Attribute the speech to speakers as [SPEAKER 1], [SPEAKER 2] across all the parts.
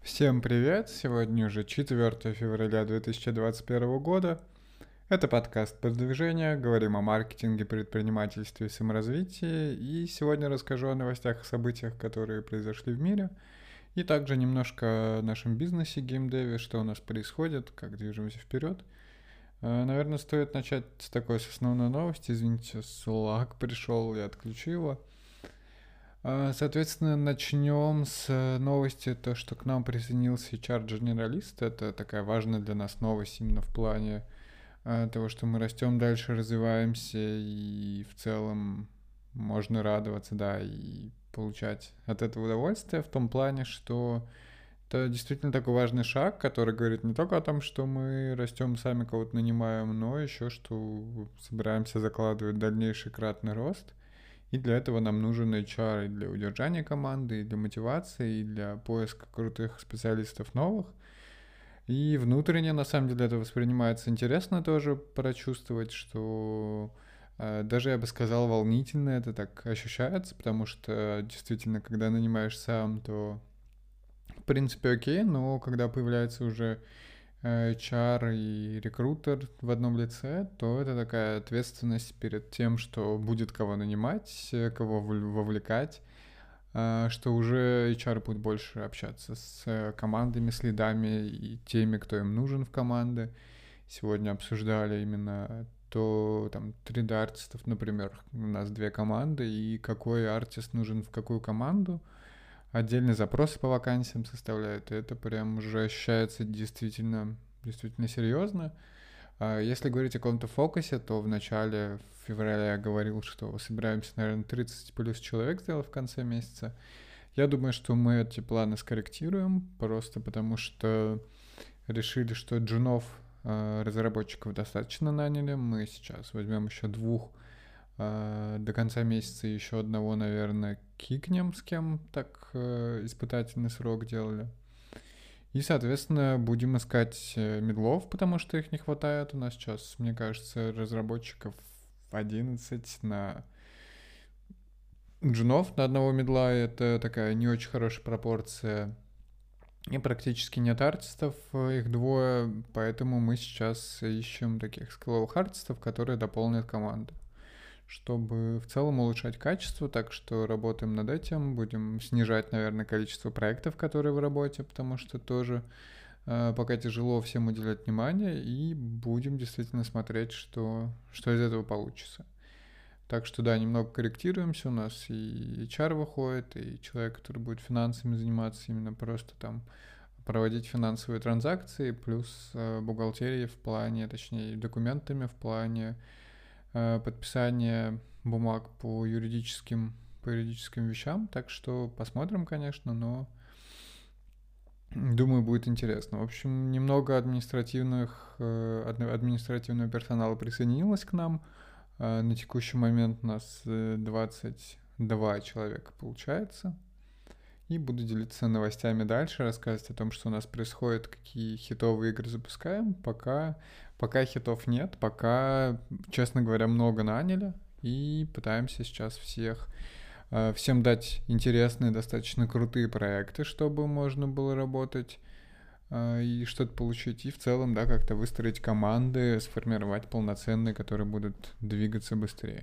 [SPEAKER 1] Всем привет! Сегодня уже 4 февраля 2021 года. Это подкаст «Продвижение». Говорим о маркетинге, предпринимательстве и саморазвитии. И сегодня расскажу о новостях и событиях, которые произошли в мире. И также немножко о нашем бизнесе, геймдеве, что у нас происходит, как движемся вперед. Наверное, стоит начать с такой с основной новости. Извините, Slack пришел, я отключу его. Соответственно, начнем с новости, то, что к нам присоединился HR-дженералист. Это такая важная для нас новость именно в плане того, что мы растем дальше, развиваемся, и в целом можно радоваться, да, и получать от этого удовольствие в том плане, что это действительно такой важный шаг, который говорит не только о том, что мы растем, сами кого-то нанимаем, но еще, что собираемся закладывать дальнейший кратный рост. И для этого нам нужен HR и для удержания команды, и для мотивации, и для поиска крутых специалистов новых. И внутренне, на самом деле, это воспринимается интересно тоже прочувствовать, что даже, я бы сказал, волнительно это так ощущается, потому что действительно, когда нанимаешь сам, то в принципе окей, но когда появляется уже HR и рекрутер в одном лице, то это такая ответственность перед тем, что будет кого нанимать, кого вовлекать, что уже HR будет больше общаться с командами, с лидами и теми, кто им нужен в команды. Сегодня обсуждали именно то, там, 3D артистов, например, у нас 2 команды, и какой артист нужен в какую команду. Отдельный запрос по вакансиям составляют, и это прям уже ощущается действительно серьезно. Если говорить о каком-то фокусе, то в начале февраля я говорил, что собираемся, наверное, 30 плюс человек сделать в конце месяца. Я думаю, что мы эти планы скорректируем, просто потому что решили, что джунов разработчиков достаточно наняли. Мы сейчас возьмем еще 2 до конца месяца, еще одного, наверное, кикнем, с кем так испытательный срок делали. И, соответственно, будем искать медлов, потому что их не хватает. У нас сейчас, мне кажется, разработчиков 11 на джунов на одного медла. Это такая не очень хорошая пропорция. И практически нет артистов, их 2, поэтому мы сейчас ищем таких скилловых артистов, которые дополнят команду, чтобы в целом улучшать качество, так что работаем над этим, будем снижать, наверное, количество проектов, которые в работе, потому что тоже пока тяжело всем уделять внимание, и будем действительно смотреть, что из этого получится. Так что да, немного корректируемся, у нас и HR выходит, и человек, который будет финансами заниматься, именно просто там проводить финансовые транзакции, плюс бухгалтерии в плане, точнее, документами в плане подписания бумаг по юридическим вещам. Так что посмотрим, конечно, но думаю, будет интересно. В общем, немного административного персонала присоединилось к нам. На текущий момент у нас 22 человека получается. И буду делиться новостями дальше, рассказывать о том, что у нас происходит, какие хитовые игры запускаем. Пока хитов нет, пока, честно говоря, много наняли. И пытаемся сейчас всем дать интересные, достаточно крутые проекты, чтобы можно было работать и что-то получить. И в целом, да, как-то выстроить команды, сформировать полноценные, которые будут двигаться быстрее.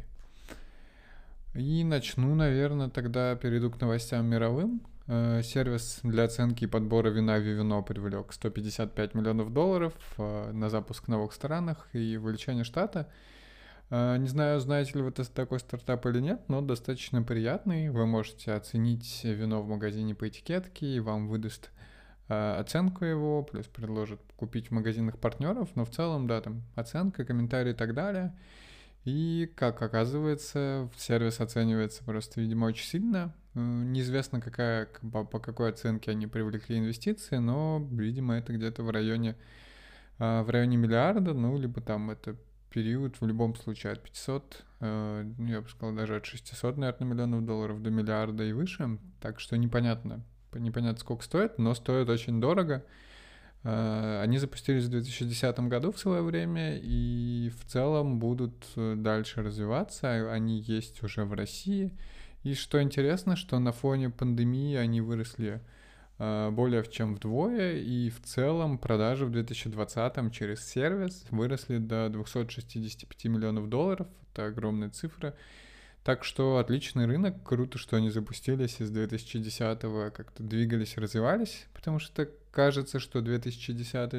[SPEAKER 1] И начну, наверное, тогда перейду к новостям мировым. Сервис для оценки и подбора вина Vivino привлек $155 миллионов на запуск в новых странах и увеличение штата. Не знаю, знаете ли вы такой стартап или нет, но достаточно приятный. Вы можете оценить вино в магазине по этикетке, и вам выдаст оценку его, плюс предложат купить в магазинах партнеров, но в целом, да, там оценка, комментарии и так далее. И, как оказывается, сервис оценивается просто, видимо, очень сильно. Неизвестно, по какой оценке они привлекли инвестиции, но, видимо, это где-то в районе миллиарда, ну, либо там это период в любом случае от 500, я бы сказал, даже от 600, наверное, миллионов долларов до миллиарда и выше. Так что непонятно, сколько стоит, но стоит очень дорого. Они запустились в 2010 году в свое время и в целом будут дальше развиваться. Они есть уже в России. И что интересно, что на фоне пандемии они выросли более чем вдвое, и в целом продажи в 2020 через сервис выросли до 265 миллионов долларов. Это огромная цифра. Так что отличный рынок, круто, что они запустились из 2010-го, как-то двигались, развивались, потому что кажется, что 2010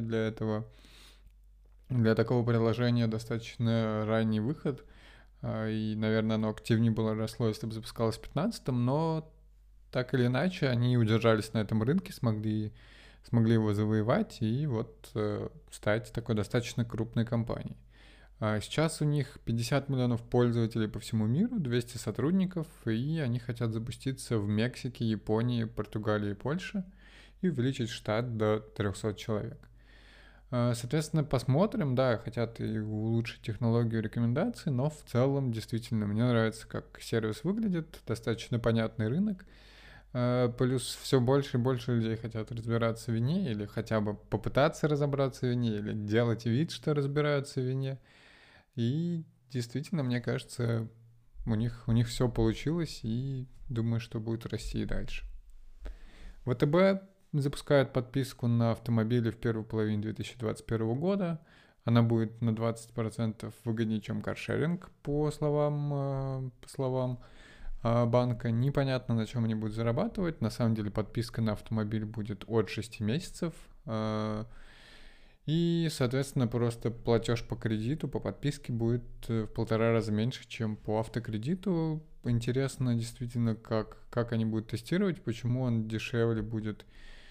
[SPEAKER 1] для такого приложения достаточно ранний выход, и, наверное, оно активнее было росло, если бы запускалось в 2015-м, но так или иначе они удержались на этом рынке, смогли его завоевать и вот стать такой достаточно крупной компанией. Сейчас у них 50 миллионов пользователей по всему миру, 200 сотрудников, и они хотят запуститься в Мексике, Японии, Португалии и Польше и увеличить штат до 300 человек. Соответственно, посмотрим, да, хотят и улучшить технологию рекомендаций, но в целом действительно мне нравится, как сервис выглядит, достаточно понятный рынок. Плюс все больше и больше людей хотят разбираться в вине или хотя бы попытаться разобраться в вине или делать вид, что разбираются в вине. И действительно, мне кажется, у них все получилось, и думаю, что будет расти и дальше. ВТБ запускает подписку на автомобили в первой половине 2021 года. Она будет на 20% выгоднее, чем каршеринг, по словам банка. Непонятно, на чем они будут зарабатывать. На самом деле подписка на автомобиль будет от 6 месяцев. И, соответственно, просто платеж по кредиту, по подписке будет в 1,5 раза меньше, чем по автокредиту. Интересно действительно, как они будут тестировать, почему он дешевле будет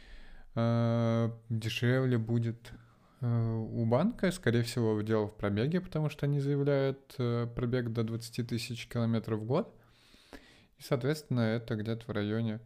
[SPEAKER 1] у банка. Скорее всего, дело в пробеге, потому что они заявляют пробег до 20 тысяч километров в год. И, соответственно, это где-то в районе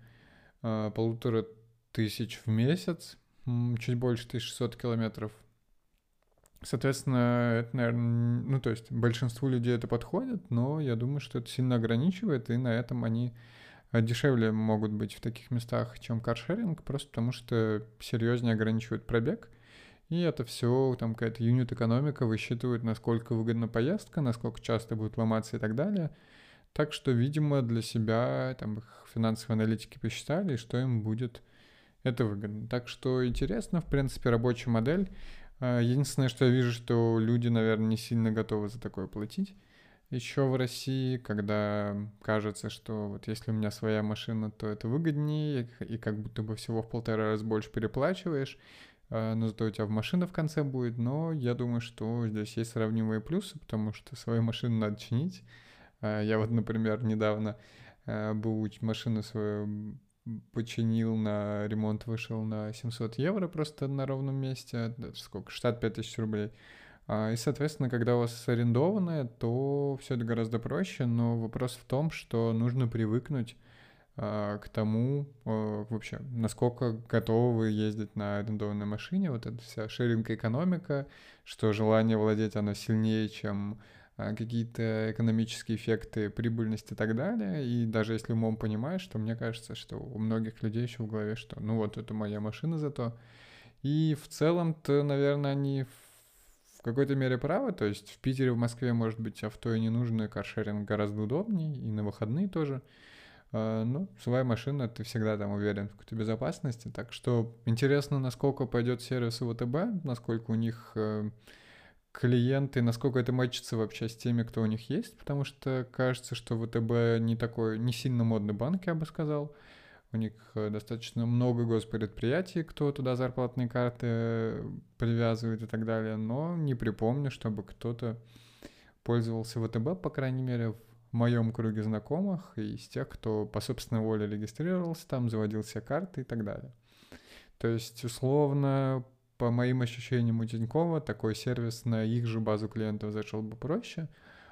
[SPEAKER 1] 1500 в месяц, чуть больше 1600 километров. Соответственно, это, наверное, то есть большинству людей это подходит, но я думаю, что это сильно ограничивает, и на этом они дешевле могут быть в таких местах, чем каршеринг, просто потому что серьезнее ограничивают пробег. И это все, там какая-то юнит-экономика высчитывает, насколько выгодна поездка, насколько часто будет ломаться и так далее. Так что, видимо, для себя там их финансовые аналитики посчитали, что им будет это выгодно. Так что интересно, в принципе, рабочая модель. Единственное, что я вижу, что люди, наверное, не сильно готовы за такое платить. Еще в России, когда кажется, что вот если у меня своя машина, то это выгоднее, и как будто бы всего в 1,5 раза больше переплачиваешь, но зато у тебя машина в конце будет. Но я думаю, что здесь есть сравнимые плюсы, потому что свою машину надо чинить. Я вот, например, недавно машину свою починил, на ремонт вышел на 700 евро просто на ровном месте. Это сколько? 65 тысяч рублей. И, соответственно, когда у вас арендованное, то все это гораздо проще, но вопрос в том, что нужно привыкнуть к тому, вообще, насколько готовы вы ездить на арендованной машине. Вот эта вся шеринг-экономика, что желание владеть, оно сильнее, чем какие-то экономические эффекты, прибыльность и так далее. И даже если умом понимаешь, то мне кажется, что у многих людей еще в голове, что ну вот это моя машина зато. И в целом-то, наверное, они в какой-то мере правы. То есть в Питере, в Москве, может быть, авто и не нужно, каршеринг гораздо удобнее, и на выходные тоже. Ну, своя машина, ты всегда там уверен в какой-то безопасности. Так что интересно, насколько пойдет сервис у ВТБ, насколько у них клиенты, насколько это мэчится вообще с теми, кто у них есть, потому что кажется, что ВТБ не сильно модный банк, я бы сказал. У них достаточно много госпредприятий, кто туда зарплатные карты привязывает и так далее, но не припомню, чтобы кто-то пользовался ВТБ, по крайней мере, в моем круге знакомых и из тех, кто по собственной воле регистрировался там, заводил себе карты и так далее. То есть, условно, по моим ощущениям у Тинькова такой сервис на их же базу клиентов зашел бы проще.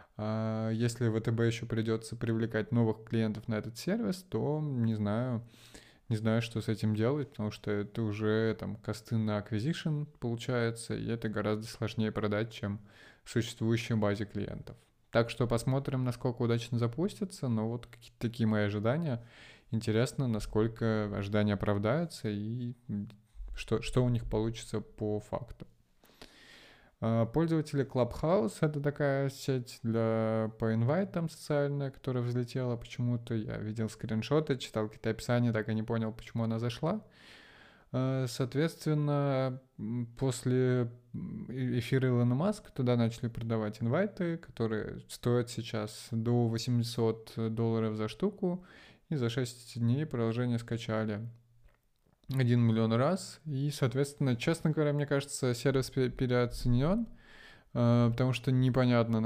[SPEAKER 1] А если ВТБ еще придется привлекать новых клиентов на этот сервис, то не знаю, что с этим делать, потому что это уже там косты на acquisition получается, и это гораздо сложнее продать, чем в существующей базе клиентов. Так что посмотрим, насколько удачно запустится, но вот какие-то такие мои ожидания. Интересно, насколько ожидания оправдаются и что у них получится по факту. Пользователи Clubhouse — это такая сеть по инвайтам социальная, которая взлетела почему-то. Я видел скриншоты, читал какие-то описания, так и не понял, почему она зашла. Соответственно, после эфира Илона Маска туда начали продавать инвайты, которые стоят сейчас до $800 за штуку, и за 6 дней приложение скачали 1 миллион раз. И, соответственно, честно говоря, мне кажется, сервис переоценен, потому что непонятно,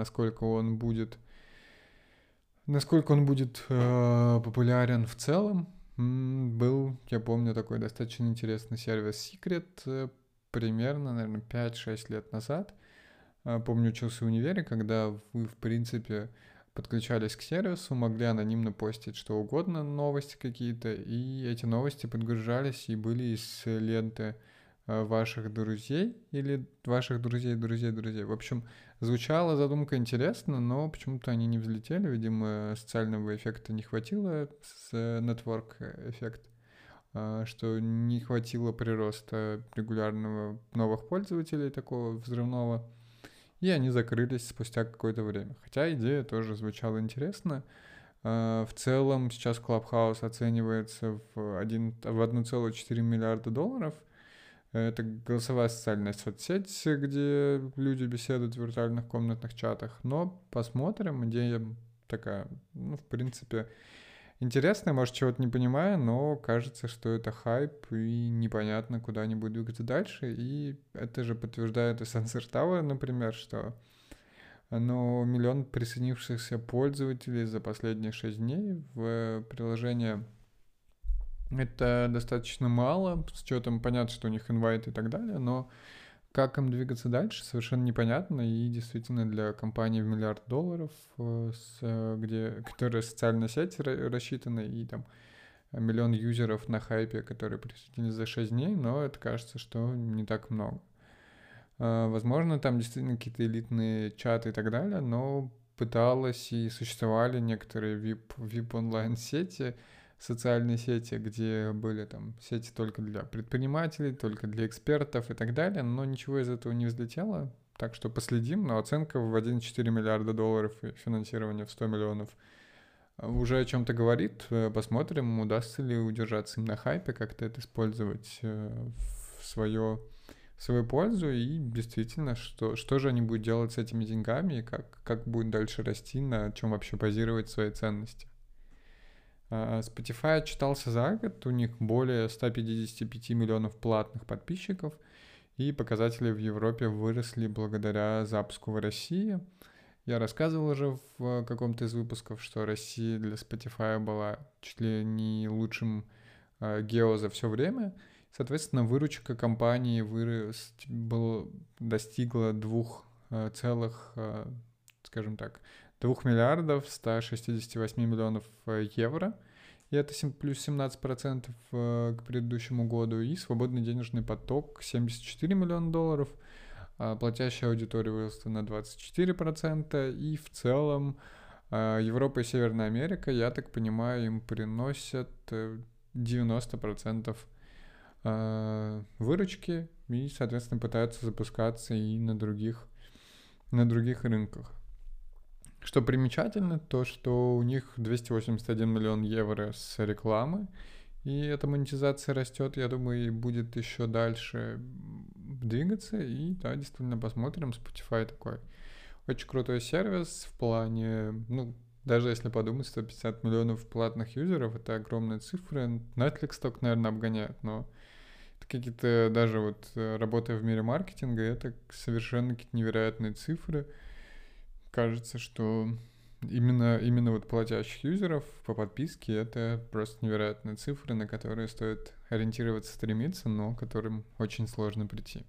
[SPEAKER 1] насколько он будет популярен в целом. Был, я помню, такой достаточно интересный сервис Secret примерно, наверное, 5-6 лет назад. Помню, учился в универе, когда вы, в принципе, подключались к сервису, могли анонимно постить что угодно, новости какие-то, и эти новости подгружались и были из ленты ваших друзей или ваших друзей. В общем, звучала задумка интересно, но почему-то они не взлетели. Видимо, социального эффекта не хватило, network эффект, что не хватило прироста регулярного новых пользователей такого взрывного. И они закрылись спустя какое-то время. Хотя идея тоже звучала интересно. В целом сейчас Clubhouse оценивается в 1,4 миллиарда долларов. Это голосовая социальная соцсеть, где люди беседуют в виртуальных комнатных чатах. Но посмотрим, идея такая, в принципе, интересная, может, чего-то не понимаю, но кажется, что это хайп, и непонятно, куда они будут двигаться дальше. И это же подтверждает и Sensor Tower, например, что 1 миллион присоединившихся пользователей за последние 6 дней в приложение. Это достаточно мало, с учетом понятно, что у них инвайт и так далее, но как им двигаться дальше, совершенно непонятно. И действительно для компании в $1 миллиард, которая социальная сеть рассчитана, и там 1 миллион юзеров на хайпе, которые присоединились за 6 дней, но это кажется, что не так много. Возможно, там действительно какие-то элитные чаты и так далее, но пыталось и существовали некоторые VIP онлайн-сети, социальные сети, где были там сети только для предпринимателей, только для экспертов и так далее, но ничего из этого не взлетело. Так что последим, но оценка в 1,4 миллиарда долларов и финансирование в 100 миллионов уже о чем-то говорит. Посмотрим, удастся ли удержаться им на хайпе, как-то это использовать в свою пользу, и действительно, что же они будут делать с этими деньгами, и как будет дальше расти, на чем вообще базировать свои ценности. Spotify отчитался за год, у них более 155 миллионов платных подписчиков, и показатели в Европе выросли благодаря запуску в России. Я рассказывал уже в каком-то из выпусков, что Россия для Spotify была чуть ли не лучшим гео за все время. Соответственно, выручка компании достигла 2 миллиардов 168 миллионов евро. И это плюс 17% к предыдущему году. И свободный денежный поток 74 миллиона долларов. Платящая аудитория выросла на 24%. И в целом Европа и Северная Америка, я так понимаю, им приносят 90% выручки, и, соответственно, пытаются запускаться и на других рынках. Что примечательно, то что у них 281 миллион евро с рекламы, и эта монетизация растет, я думаю, и будет еще дальше двигаться, и да, действительно посмотрим. Spotify такой очень крутой сервис в плане, даже если подумать, 150 миллионов платных юзеров, это огромные цифры. Netflix только, наверное, обгоняет, но это какие-то, даже вот работая в мире маркетинга, это совершенно какие-то невероятные цифры. Кажется, что именно вот платящих юзеров по подписке это просто невероятные цифры, на которые стоит ориентироваться, стремиться, но к которым очень сложно прийти.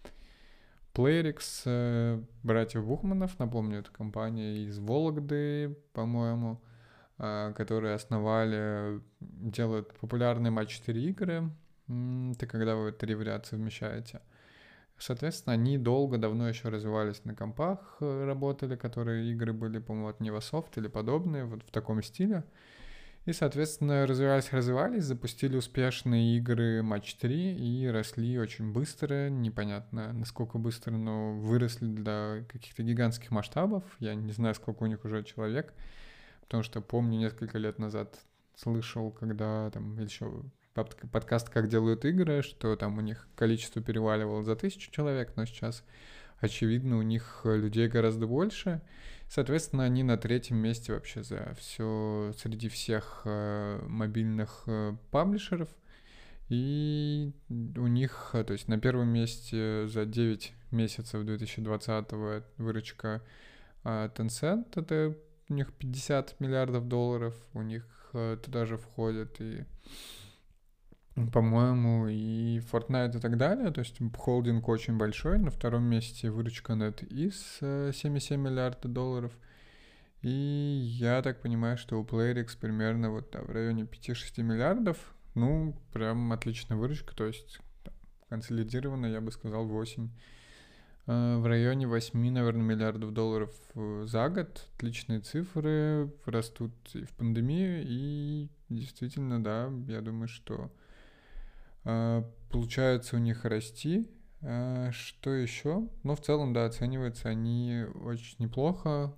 [SPEAKER 1] Playrix, братьев Бухманов, напомню, это компания из Вологды, по-моему, которые делают популярные матч-4 игры. Это когда вы 3 в ряд совмещаете. Соответственно, они давно еще развивались на компах, работали, которые игры были, по-моему, от Nevasoft или подобные, вот в таком стиле. И, соответственно, развивались, запустили успешные игры Match 3 и росли очень быстро, непонятно насколько быстро, но выросли до каких-то гигантских масштабов. Я не знаю, сколько у них уже человек, потому что помню, несколько лет назад слышал, когда там еще подкаст «Как делают игры», что там у них количество переваливало за 1000 человек, но сейчас, очевидно, у них людей гораздо больше. Соответственно, они на 3-м месте вообще за все среди всех мобильных паблишеров. И у них, то есть на 1-м месте за 9 месяцев 2020-го выручка Tencent, это у них 50 миллиардов долларов, у них туда же входят и, по-моему, и Fortnite и так далее, то есть холдинг очень большой. На 2-м месте выручка NetEase 7,7 миллиарда долларов. И я так понимаю, что у PlayerX примерно вот в районе 5-6 миллиардов. Ну, прям отличная выручка, то есть консолидированно, я бы сказал, 8. В районе 8, наверное, миллиардов долларов за год. Отличные цифры, растут и в пандемию, и действительно, да, я думаю, что получается у них расти. Что еще? Ну, в целом, да, оцениваются они очень неплохо.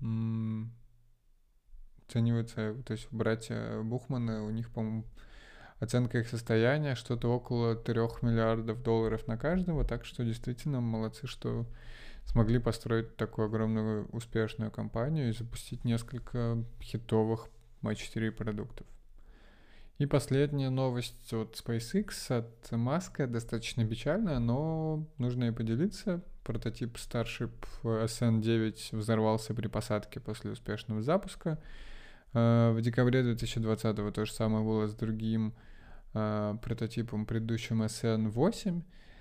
[SPEAKER 1] Оцениваются, то есть братья Бухманы, у них, по-моему, оценка их состояния что-то около 3 миллиардов долларов на каждого, так что действительно молодцы, что смогли построить такую огромную успешную компанию и запустить несколько хитовых матч 4 продуктов. И последняя новость от SpaceX, от Маска, достаточно печальная, но нужно ей поделиться. Прототип Starship SN9 взорвался при посадке после успешного запуска. В декабре 2020 то же самое было с другим прототипом, предыдущим SN8.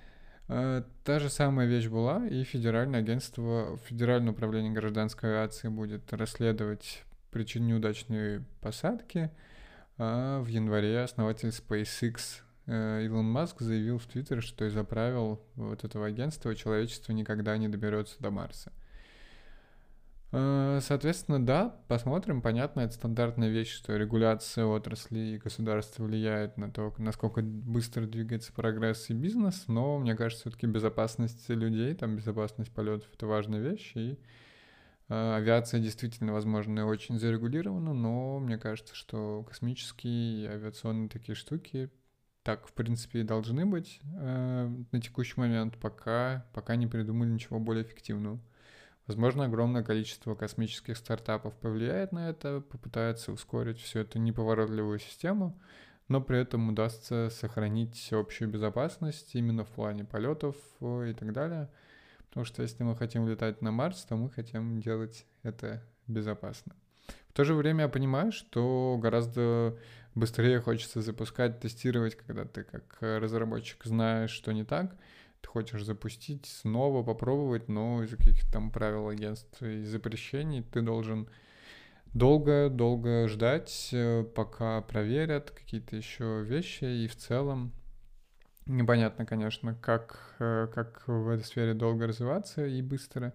[SPEAKER 1] Та же самая вещь была, и Федеральное управление гражданской авиации будет расследовать причину неудачной посадки. В январе основатель SpaceX Илон Маск заявил в Твиттере, что из-за правил вот этого агентства человечество никогда не доберется до Марса. Соответственно, да, посмотрим. Понятно, это стандартная вещь, что регуляция отрасли и государства влияет на то, насколько быстро двигается прогресс и бизнес, но мне кажется, все-таки безопасность людей, там безопасность полетов — это важная вещь, и авиация действительно, возможно, очень зарегулирована, но мне кажется, что космические и авиационные такие штуки так, в принципе, и должны быть на текущий момент, пока не придумали ничего более эффективного. Возможно, огромное количество космических стартапов повлияет на это, попытается ускорить всю эту неповоротливую систему, но при этом удастся сохранить общую безопасность именно в плане полетов и так далее. Потому что если мы хотим летать на Марс, то мы хотим делать это безопасно. В то же время я понимаю, что гораздо быстрее хочется запускать, тестировать, когда ты как разработчик знаешь, что не так. Ты хочешь запустить, снова попробовать, но из-за каких-то там правил агентства и запрещений ты должен долго ждать, пока проверят какие-то еще вещи, и в целом непонятно, конечно, как в этой сфере долго развиваться и быстро.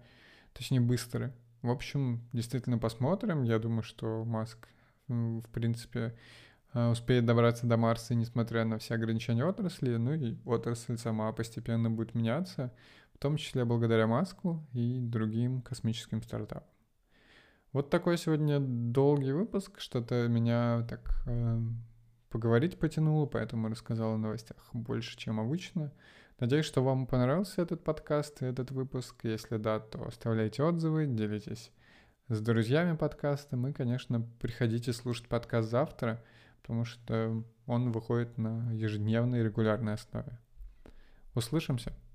[SPEAKER 1] В общем, действительно посмотрим. Я думаю, что Маск, в принципе, успеет добраться до Марса, несмотря на все ограничения отрасли, ну и отрасль сама постепенно будет меняться, в том числе благодаря Маску и другим космическим стартапам. Вот такой сегодня долгий выпуск, что-то меня так поговорить потянуло, поэтому рассказал о новостях больше, чем обычно. Надеюсь, что вам понравился этот подкаст и этот выпуск. Если да, то оставляйте отзывы, делитесь с друзьями подкастом и, конечно, приходите слушать подкаст завтра, потому что он выходит на ежедневной регулярной основе. Услышимся!